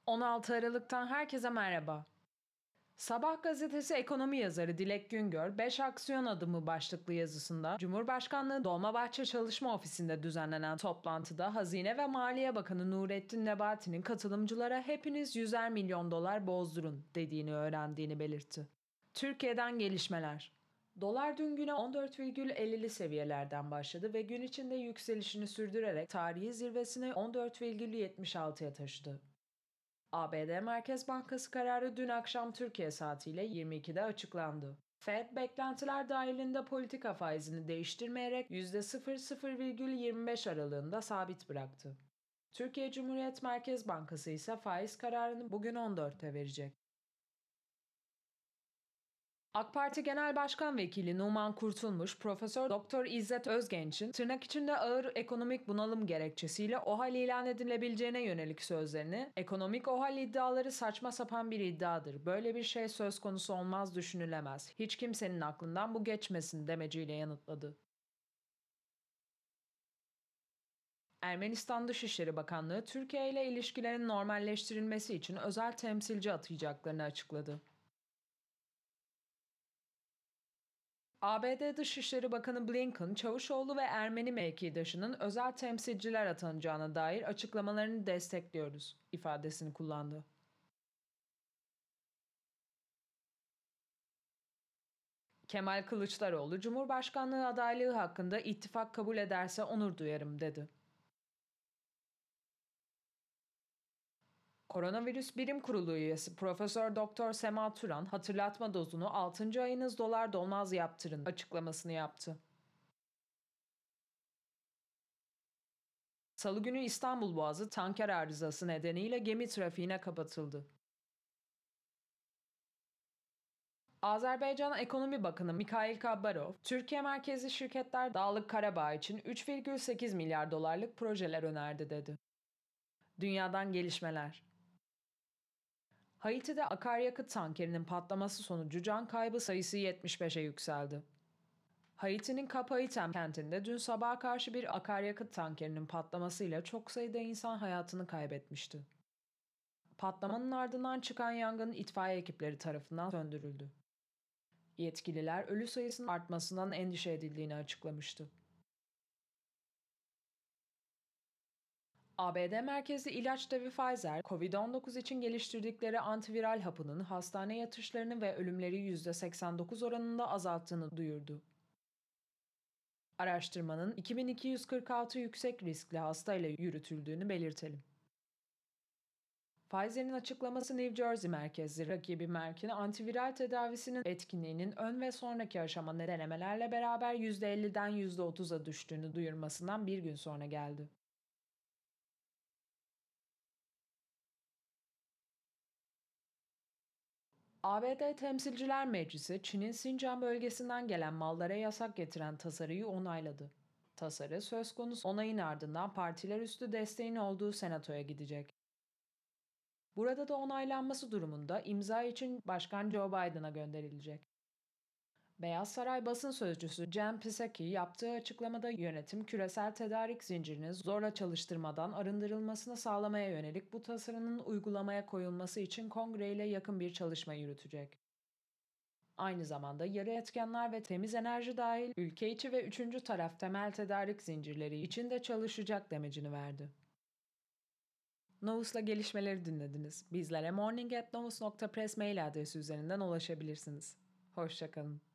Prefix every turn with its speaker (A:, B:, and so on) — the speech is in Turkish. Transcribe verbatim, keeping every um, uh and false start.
A: on altı Aralık'tan herkese merhaba. Sabah gazetesi ekonomi yazarı Dilek Güngör, beş aksiyon adımı başlıklı yazısında Cumhurbaşkanlığı Dolmabahçe Çalışma Ofisi'nde düzenlenen toplantıda Hazine ve Maliye Bakanı Nurettin Nebati'nin katılımcılara hepiniz yüzer milyon dolar bozdurun dediğini öğrendiğini belirtti. Türkiye'den gelişmeler. Dolar dün güne on dört virgül ellili seviyelerden başladı ve gün içinde yükselişini sürdürerek tarihi zirvesini on dört virgül yetmiş altıya taşıdı. A B D Merkez Bankası kararı dün akşam Türkiye saatiyle yirmi ikide açıklandı. Fed, beklentiler dahilinde politika faizini değiştirmeyerek yüzde sıfır virgül yirmi beş aralığında sabit bıraktı. Türkiye Cumhuriyet Merkez Bankası ise faiz kararını bugün on dörtte verecek. AK Parti Genel Başkan Vekili Numan Kurtulmuş, Profesör Doktor İzzet Özgenç'in tırnak içinde ağır ekonomik bunalım gerekçesiyle OHAL ilan edilebileceğine yönelik sözlerini, ekonomik OHAL iddiaları saçma sapan bir iddiadır, böyle bir şey söz konusu olmaz, düşünülemez, hiç kimsenin aklından bu geçmesin demeciyle yanıtladı. Ermenistan Dışişleri Bakanlığı, Türkiye ile ilişkilerin normalleştirilmesi için özel temsilci atayacaklarını açıkladı. A B D Dışişleri Bakanı Blinken, Çavuşoğlu ve Ermeni mevkidaşının özel temsilciler atanacağına dair açıklamalarını destekliyoruz ifadesini kullandı. Kemal Kılıçdaroğlu, Cumhurbaşkanlığı adaylığı hakkında ittifak kabul ederse onur duyarım dedi. Koronavirüs Bilim Kurulu üyesi Profesör Doktor Sema Turan, hatırlatma dozunu altıncı ayınız dolar dolmaz yaptırın açıklamasını yaptı. Salı günü İstanbul Boğazı tanker arızası nedeniyle gemi trafiğine kapatıldı. Azerbaycan Ekonomi Bakanı Mikhail Kabbarov, Türkiye merkezli şirketler Dağlık Karabağ için üç virgül sekiz milyar dolarlık projeler önerdi dedi. Dünyadan gelişmeler. Haiti'de akaryakıt tankerinin patlaması sonucu can kaybı sayısı yetmiş beşe yükseldi. Haiti'nin Cap Haïtien kentinde dün sabaha karşı bir akaryakıt tankerinin patlamasıyla çok sayıda insan hayatını kaybetmişti. Patlamanın ardından çıkan yangın itfaiye ekipleri tarafından söndürüldü. Yetkililer ölü sayısının artmasından endişe edildiğini açıklamıştı. A B D merkezli ilaç devi Pfizer, kovid on dokuz için geliştirdikleri antiviral hapının hastane yatışlarını ve ölümleri yüzde seksen dokuz oranında azalttığını duyurdu. Araştırmanın iki bin iki yüz kırk altı yüksek riskli hastayla yürütüldüğünü belirtelim. Pfizer'in açıklaması New Jersey merkezli rakibi Merck'in antiviral tedavisinin etkinliğinin ön ve sonraki aşama denemelerle beraber yüzde elliden yüzde otuza düştüğünü duyurmasından bir gün sonra geldi. A B D Temsilciler Meclisi, Çin'in Sincan bölgesinden gelen mallara yasak getiren tasarıyı onayladı. Tasarı, söz konusu onayın ardından partiler üstü desteğin olduğu Senato'ya gidecek. Burada da onaylanması durumunda imza için Başkan Joe Biden'a gönderilecek. Beyaz Saray basın sözcüsü Jen Psaki yaptığı açıklamada yönetim küresel tedarik zincirini zorla çalıştırmadan arındırılmasını sağlamaya yönelik bu tasarının uygulamaya koyulması için Kongre ile yakın bir çalışma yürütecek. Aynı zamanda yarı etkenler ve temiz enerji dahil ülke içi ve üçüncü taraf temel tedarik zincirleri için de çalışacak demecini verdi. Novus'la gelişmeleri dinlediniz. Bizlere morning at novus nokta press mail adresi üzerinden ulaşabilirsiniz. Hoşça kalın.